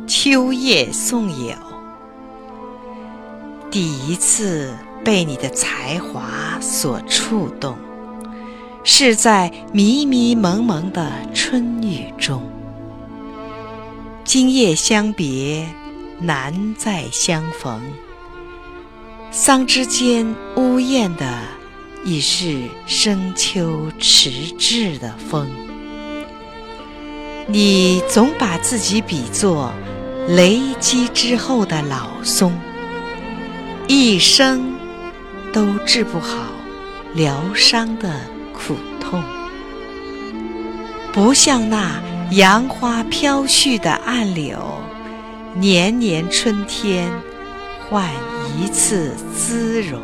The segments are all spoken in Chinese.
秋夜送友。第一次被你的才华所触动，是在迷迷蒙蒙的春雨中。今夜相别，难再相逢。桑枝间呜咽的已是深秋迟至的风。你总把自己比作雷击之后的老松，一生都治不好疗伤的苦痛。不像那杨花飘絮的暗柳，年年春天换一次姿容。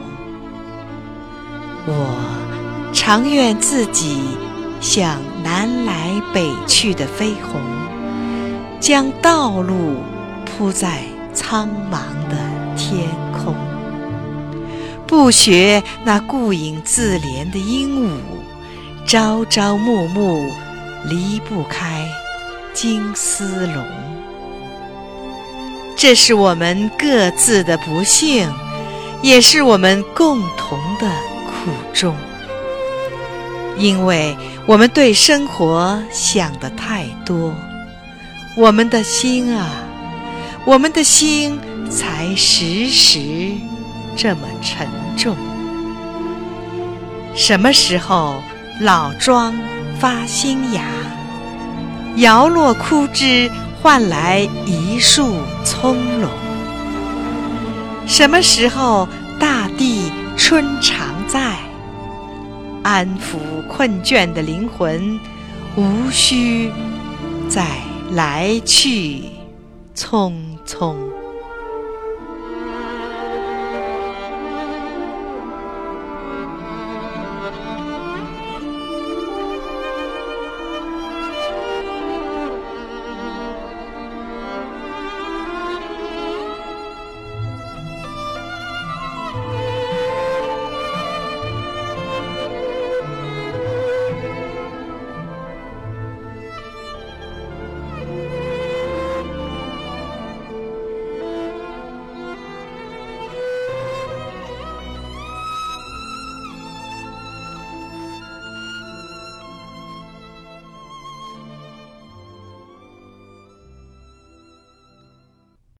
我常愿自己像南来北去的飞鸿，将道路铺在苍茫的天空。不学那顾影自怜的鹦鹉，朝朝暮暮离不开金丝笼。这是我们各自的不幸，也是我们共同的苦衷。因为我们对生活想得太多，我们的心啊，我们的心才时时这么沉重。什么时候老庄发新芽，摇落枯枝，换来一树葱茏？什么时候大地春常在，安抚困倦的灵魂，无需再来去匆匆？